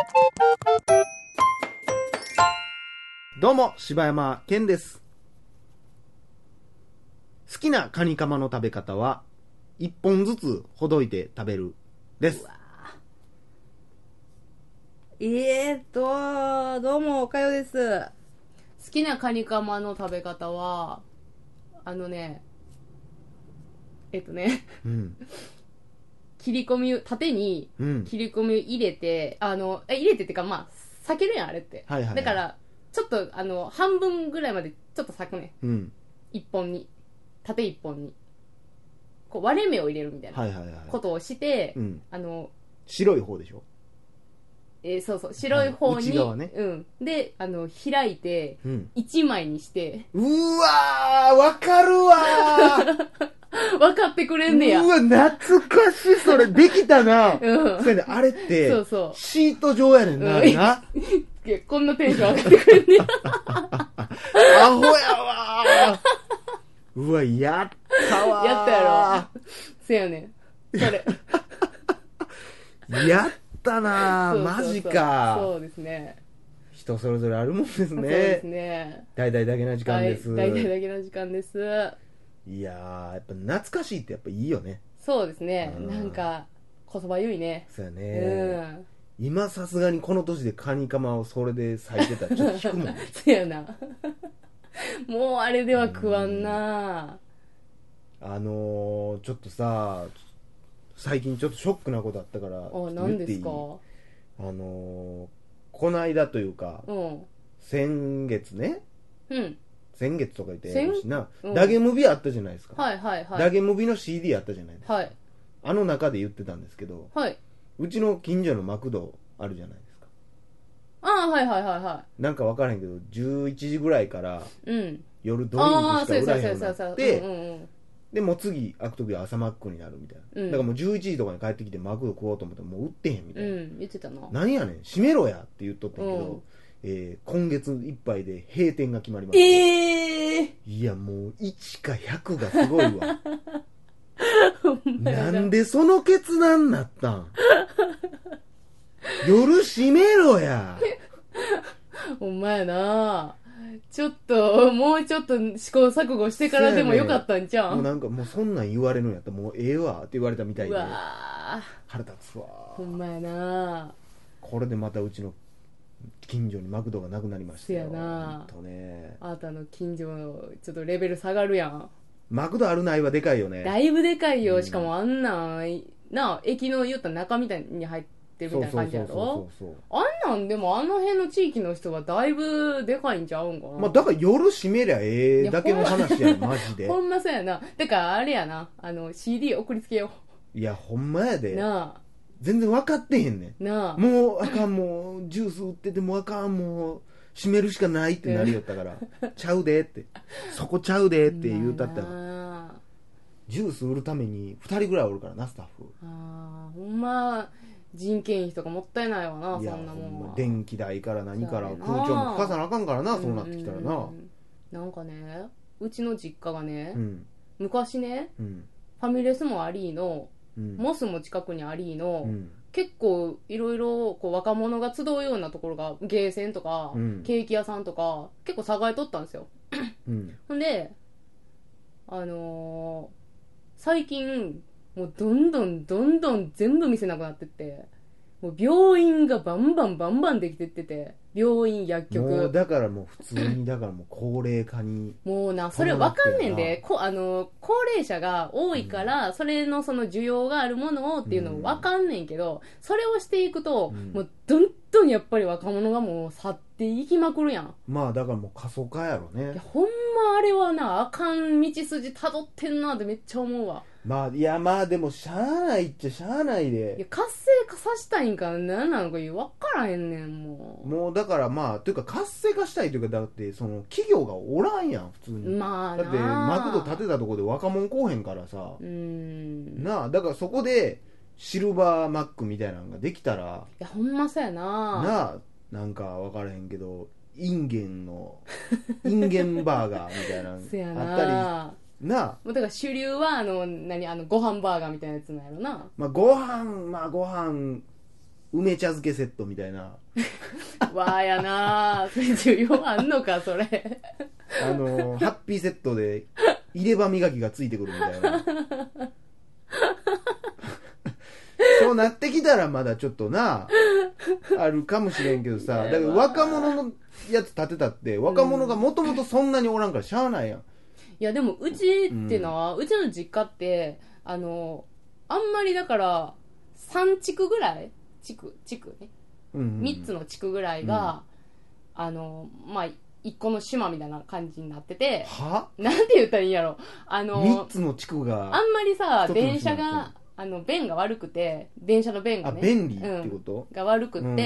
どうも柴山健です。好きなカニカマの食べ方は1本ずつほどいて食べるです。 どうもおかよです。好きなカニカマの食べ方はうん、 切り込み縦に切り込みを入れて、入れてってか裂けるやんあれって、 はいはいはい、 だからちょっと半分ぐらいまでちょっと裂くね、一本に縦一本にこう割れ目を入れるみたいなことをして、 白い方でしょ。 そうそう、白い方に、 内側ね、 で開いて1枚にして、 うわーわかるわー分かってくれんねや。 うわ懐かしい、それできたな、そうやね、あれってそうそうシート状やねんな、なこんなテンション上がってくれんねやアホやわーうわやったわー、 やったやろ。せやねんそれやったなー、マジか。 そうですね、 人それぞれあるもんですね。そうですね。 大々だけな時間です。 大々だけな時間です。 いやーやっぱ懐かしいってやっぱいいよね。 そうですね、なんかこそばゆいね。 そうやね、今さすがにこの年でカニカマをそれで咲いてたらちょっと引くもんそうやなもうあれでは食わんな。 ちょっとさ、最近ちょっとショックなことあったから何ですか。 こないだというか、先月ね、先月とか言ってやるしな、ダゲムビあったじゃないですか。はいはいはい。ダゲムビの CD あったじゃないですか。はい。あの中で言ってたんですけど、はい。うちの近所のマクドあるじゃないですか。 はいはいはいはい。 なんか分からへんけど、11時ぐらいから、夜ドリンクしか売らへんようになって、でもう次開く時は朝マックになるみたいな、だからもう11時とかに帰ってきてマクド食おうと思ったらもう売ってへんみたいな、 言ってたな。 なんやねん閉めろやって言っとったんやけど、今月いっぱいで閉店が決まりました。いやもう1か100がすごいわなんでその決断なったん夜閉めろやほんまやな。ちょっともうちょっと試行錯誤してからでもよかったんちゃう、 もうなんかもうそんなん言われるんやったらもうええわって言われたみたいで、腹立つわ。 ほんまやな。 これでまたうちの近所にマクドがなくなりましたよ。 せやな、 ね、 あなたの近所ちょっとレベル下がるやん。マクドあるないはでかいよね。 だいぶでかいよ、しかもあんなんな、駅の言った中みたいに入ってるみたいな感じやろ。あんなんでもあの辺の地域の人はだいぶでかいんちゃうんかな。 だから夜閉めりゃええだけの話やんマジでほんまそうやな。だからあれやな、CD 送りつけよう。いやほんまやでなあ、 全然分かってへんねんなあ。 もうあかん、もうジュース売っててもあかん、もう閉めるしかないってなりよったからちゃうでって、そこちゃうでって言うたったら、ジュース売るために2人ぐらいおるからなスタッフ。 ほんま人件費とかもったいないわな。そんなもんは電気代から何から空調も吹かさなあかんからな、そうなってきたらな。 なんかね、うちの実家がね、昔ね、ファミレスもありーの、モスも近くにありーの、結構いろいろ若者が集うようなところがゲーセンとか、ケーキ屋さんとか結構栄えとったんですよ、ほんで最近もうどんどん全部店なくなってって、もう病院がバンバンできてってて、病院、薬局、 もうだからもう普通にだからもう高齢化にもうな、それ分かんねんで、高齢者が多いから、それのその需要があるものをっていうのも分かんねんけど、それをしていくと、もうどんどんやっぱり若者がもう去っていきまくるやん。 だからもう過疎化やろね。 いやほんまあれはな、あかん道筋たどってんなってめっちゃ思うわ。 いやでもしゃあないっちゃしゃあないで、 いや活性化させたいんか何なのか分からへんねん。 もうだからというか活性化したいというか、だってその企業がおらんやん普通に。だってマクド建てたところで若者来おへんからさ、なあ、だからそこでシルバーマックみたいなのができたら、 いやほんまそうやな。 なんか分からへんけどインゲンバーガーみたいなのあったりな。 もうだから主流はご飯バーガーみたいなやつなんやろな。 ご飯梅茶漬けセットみたいな。 わーやなー。それ需要あんのか、それ。 ハッピーセットで入れ歯磨きがついてくるみたいな。そうなってきたらまだちょっとな、あるかもしれんけどさ、だけど若者のやつ立てたって、若者がもともとそんなにおらんからしゃあないやん。 いやでもうちってな、うちの実家って、あんまりだから、3地区ぐらい地区ね。3つの地区ぐらいが、まあ、一個の島みたいな感じになってて、なんて言ったらいいんやろ。 3つの地区が。 あんまりさ、電車が、便が悪くて、電車の便がね。 便利ってこと、 が悪くって、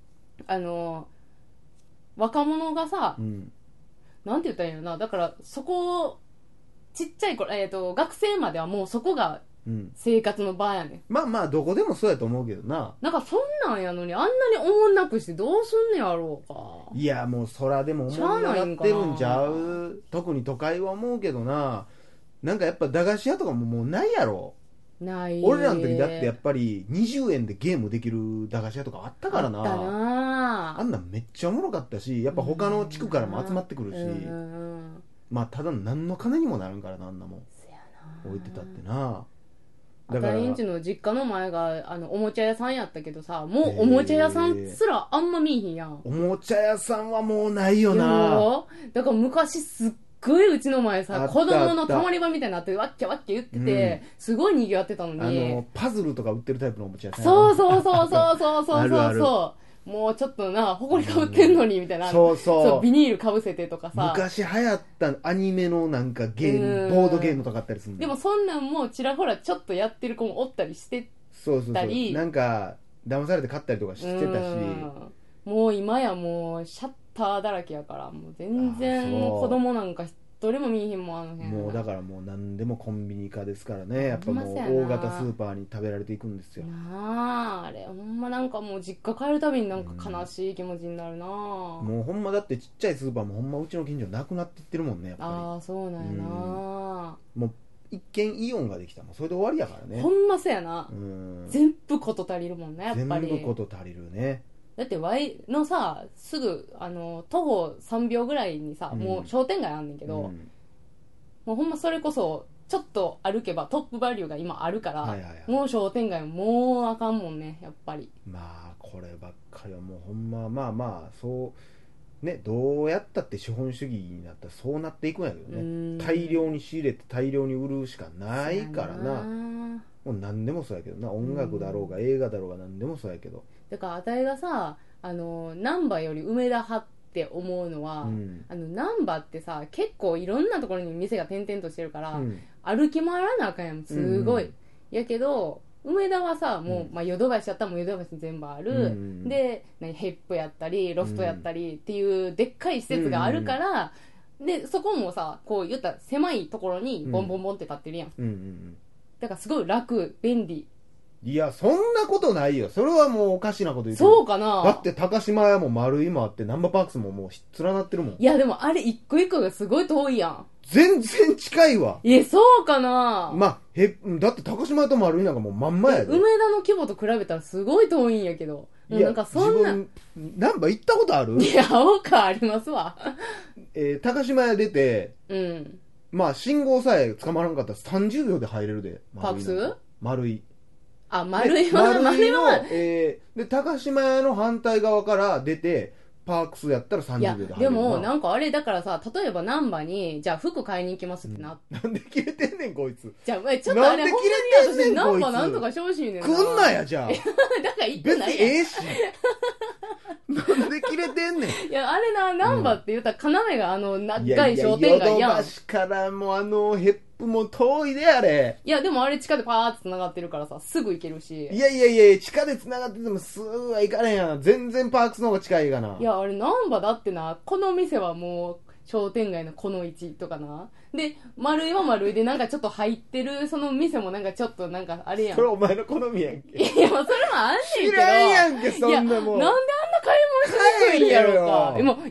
若者がさ、なんて言ったらいいんやろな。だから、そこ、ちっちゃい頃、学生まではもうそこが、生活の場やね、 まあまあどこでもそうやと思うけどな。 なんかそんなんやのにあんなにおもんなくしてどうすんねやろうか。 いやもうそらでもおもんなってるんちゃう。特に都会は思うけどな。なんかやっぱ駄菓子屋とかももうないやろ。 ない。 俺らの時だってやっぱり20円でゲームできる駄菓子屋とかあったからな。 あったな。 あんなんめっちゃおもろかったし、やっぱ他の地区からも集まってくるし、まあただ何の金にもなるんからな、あんなもん置いてたってな。 だからインチの実家の前がおもちゃ屋さんやったけどさ、もうおもちゃ屋さんすらあんま見えへんやん。 おもちゃ屋さんはもうないよな。 だから昔すっごいうちの前さ、子供のたまり場みたいになってわっきゃわっきゃ言ってて、すごい賑わってたのに、 パズルとか売ってるタイプのおもちゃ屋さん。 そうそうそうそうそうそうそうもうちょっとな、ほこりかぶってんのにみたいな、そうビニールかぶせてとかさ、 昔流行ったアニメのなんかゲーム、ボードゲームとかあったりするんでもそんなんもちらほらちょっとやってる子もおったりしてたり、 そうなんか騙されて買ったりとかしてたし、 もう今やもうシャッターだらけやから、もう全然子供なんかどれも見えへんもん、あの辺。 もうだからもう何でもコンビニ化ですからね。やっぱもう大型スーパーに食べられていくんですよ。 なあ、あれほんまなんかもう実家帰るたびになんか悲しい気持ちになるな、 もうほんまだってちっちゃいスーパーもほんまうちの近所なくなっていってるもんね、やっぱり。 ああそうなんやな、 もう一見イオンができたもんそれで終わりやからね。 ほんまそうやな、全部こと足りるもんね、やっぱり。 全部こと足りるね。 だって Y のさ、すぐ徒歩3秒ぐらいにさ、もう商店街あんねんけど、もうほんまそれこそちょっと歩けばトップバリューが今あるから、もう商店街もうあかんもんね、やっぱり。 まあこればっかりはもうほんままあまあそうね、どうやったって資本主義になったらそうなっていくんやけどね。大量に仕入れて大量に売るしかないからな。もう何でもそうやけどな、音楽だろうが映画だろうが何でもそうやけど。 だからあたいがさ、難波より梅田派って思うのは、難波ってさ結構いろんなところに店が転々としてるから、歩き回らなあかんやん、すごい、やけど梅田はさ、もう、まあ、ヨドバシやったらもうヨドバシに全部ある、でヘップやったりロフトやったりっていうでっかい施設があるから、でそこもさこう言ったら狭いところにボンボンボンって立ってるやん、だからすごい楽、便利。 いやそんなことないよ、それはもうおかしなこと言ってる。 そうかな。 だって高島屋も丸井もあってナンバーパークスももう連なってるもん。 いやでもあれ一個一個がすごい遠いやん。 全然近いわ。 そうかな。 まあだって高島屋と丸井なんかもうまんまやで。 梅田の規模と比べたらすごい遠いんやけど。 いやなんかそんなナンバー行ったことある？ いやありますわ。 高島屋出て、まあ信号さえ捕まらんかったら30秒で入れるで。 パークス？ 丸井。 丸井はで高島屋の反対側から出てパークスやったら30秒で入れるな。 でもなんかあれだからさ、例えば難波にじゃあ服買いに行きますってなんで切れてんねんこいつ。 じゃあちょっとあれほんまに私難波なんとかしてほしいねんな。 来んなやじゃあ。 だから行ってないやん。 別にし。なんで切れてんねん。 いやあれな、難波って言ったら要が長い商店街やん。 ヨドバシからもヘップも遠いであれ。 いやでもあれ地下でパーって繋がってるからさ、すぐ行けるし。 いや地下で繋がっててもすぐは行かれんやん。全然パークスの方が近いかな。 いやあれ難波だってな、この店はもう商店街のこの位置とかな。で丸井は丸井でなんかちょっと入ってるその店もなんかちょっとなんかあれやん。 それお前の好みやんけ。 いやそれもあんねんけど。 知らんやんけそんなもん。 なんであんな買い物しにくいんやろうか。でも行った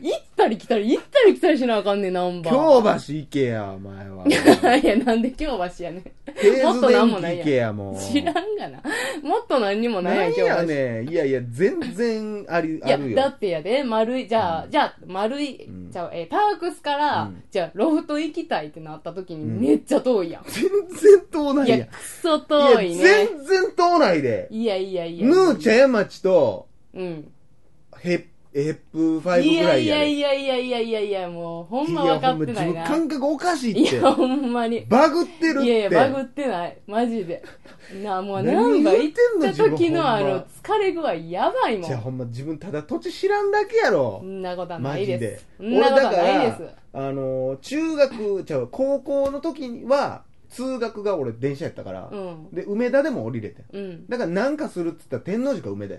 ったり来たりしなあかんねん、ナンバー。 京橋行けや、お前は。 いや、なんで京橋やねん。 もっとなんもないやん。行けや、もう。 知らんがな。もっと何にもないやん、京橋。 何やねん。いやいや、全然あるよ。いや、 だってやで、丸い、じゃあ、丸い、じゃあ、パークスから、じゃあ、ロフト行きたいってなった時にめっちゃ遠いやん。 全然遠ないやん。 いや、くそ遠いね。 全然遠ないで。 いやいやいや。 ヌー茶屋町と、ヘップ5ぐらいやで。 いや、もう、ほんま分かってないな。 自分感覚おかしいって。 いや、ほんまに。 バグってるって。 いや、バグってない。マジで。もう、なんか行った時の疲れ具合やばいもん。 じゃあほんま自分ただ土地知らんだけやろ。 そんなことはないです。 そんなことはないです。中学、高校の時には、通学が俺電車やったから、で、梅田でも降りれて。だからなんかするって言ったら天王寺か梅田やって。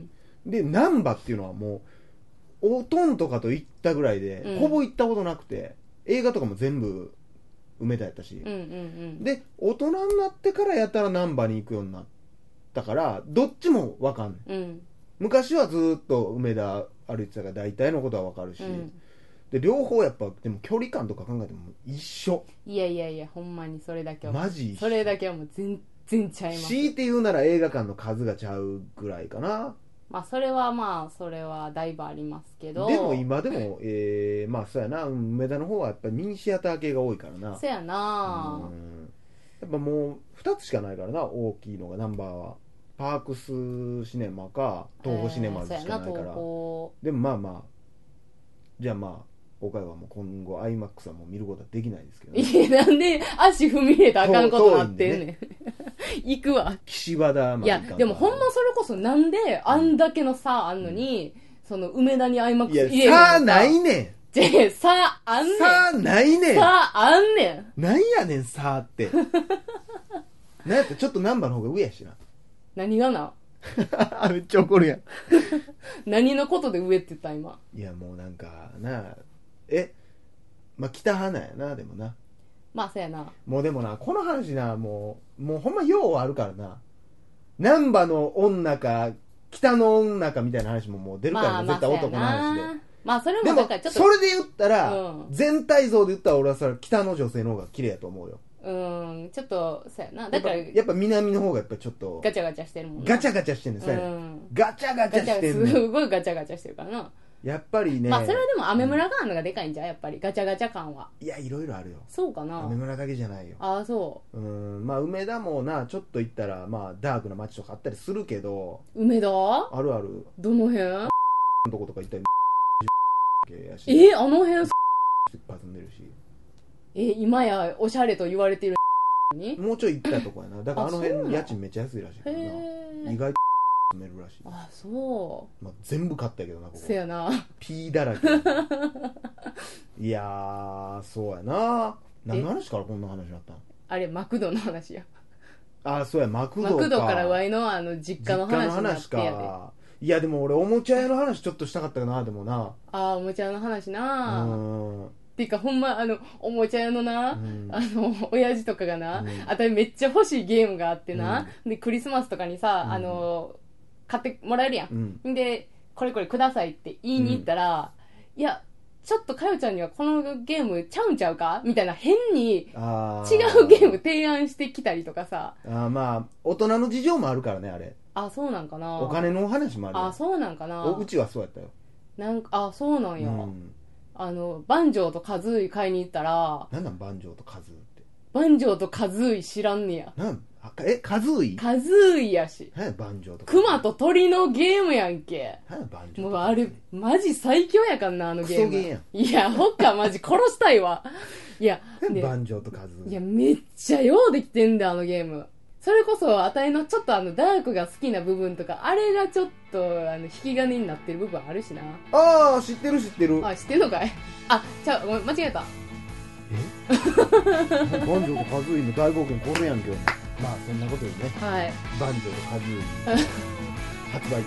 で、難波っていうのはもう、おとんとかと行ったぐらいで、ほぼ行ったことなくて、映画とかも全部梅田やったし、で、大人になってからやったら難波に行くようになったから、どっちもわかんない。昔はずっと梅田歩いてたから大体のことはわかるし、で、両方やっぱ、でも距離感とか考えても一緒。 いや、ほんまにそれだけは。 マジそれだけはもう全然ちゃいます。 強いて言うなら映画館の数がちゃうぐらいかな。 それはだいぶありますけど。 でも今でも、そうやな、梅田の方はやっぱりミニシアター系が多いからな。 そうやな。 やっぱもう2つしかないからな、大きいのがナンバーは。パークスシネマか、東宝シネマズしかないから。でもじゃあ岡山はもう今後 IMAX はもう見ることはできないですけどね。 いや、なんで足踏み入れたらあかんことなってんねん。行くわ。 岸和田まで行かんから。 いや、でもほんまそれこそなんであんだけの差あんのに、その梅田に IMAX 入れるのか。 いや、差ないねん。差あんねん。 差ないねん。 差あんねん。なんやねん、差って。なんやったらちょっとナンバーの方が上やしな。 何がなめっちゃ怒るやん。 何のことで上って言った今。 いや、もうなんかな、北花やな、でもな。 そうやな。 もうでもな、この話な、もうほんまようあるからな。難波の女か、北の女かみたいな話ももう出るからね、絶対男の話で。 それもだからちょっと。 それで言ったら、全体像で言ったら俺はそれ北の女性の方が綺麗やと思うよ。 ちょっと、そうやな。だから。 やっぱ南の方がやっぱちょっと。 ガチャガチャしてるもんね。 ガチャガチャしてんねん、ガチャガチャしてんねん。 すごいガチャガチャしてるからな。 やっぱりね。 それはでも、アメ村があるのがでかいんじゃん、やっぱり。ガチャガチャ感は。 いや、いろいろあるよ。 そうかな。 アメ村だけじゃないよ。 ああ、そう。 梅田もな、ちょっと行ったら、ダークな街とかあったりするけど。 梅田あるある。 どの辺のとことか行ったり、 あの辺一発んでるし。 今やおしゃれと言われているにもうちょい行ったとこやな。だからあの辺家賃めっちゃ安いらしいからな。意外と住めるらしい。 あ、そう。 全部買ったけどな、ここ。 せやな。 P だらけ。いやー、そうやな。何の話からこんな話になったの？ あれ、マクドの話や。 あ、そうや、マクドか。 マクドからワイの実家の話になってやで。 いや、でも俺おもちゃ屋の話ちょっとしたかったかな、でもな。 おもちゃ屋の話な。っていうかほんまおもちゃ屋のな、親父とかがな、あたりめっちゃ欲しいゲームがあってな、でクリスマスとかにさ、買ってもらえるやん、でこれくださいって言いに行ったら、いやちょっとかよちゃんにはこのゲームちゃうんちゃうかみたいな変に違うゲーム提案してきたりとかさ。 大人の事情もあるからね、あれ。 そうなんかな。 お金の話もある。 そうなんかな。 うちはそうやったよ。 なんかそうなんや。バンジョーとカズーイ買いに行ったら。 なんなんバンジョーとカズーって。 バンジョーとカズーイ知らんねや。 カズーイ？ カズーイやし。 バンジョーとクマと鳥のゲームやんけ。 バンジョー。 もうあれマジ最強やかんな、あのゲーム。 クソゲーやん。 いやほっかマジ殺したいわ。いやバンジョーとカズーイ。 いやめっちゃようできてんだ、あのゲーム。それこそあたいのちょっとダークが好きな部分とか、あれがちょっと引き金になってる部分あるしな。 知ってる。 知ってるのかい。ごめん、間違えた。 バンジョーとカズーイの大冒険これやんけ。そんなことでね。 はい。 バンジョーとカズーイ発売中です。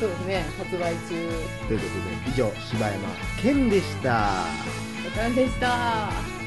そうですね、発売中。 ということで以上、柴山健でした。 お疲れでした。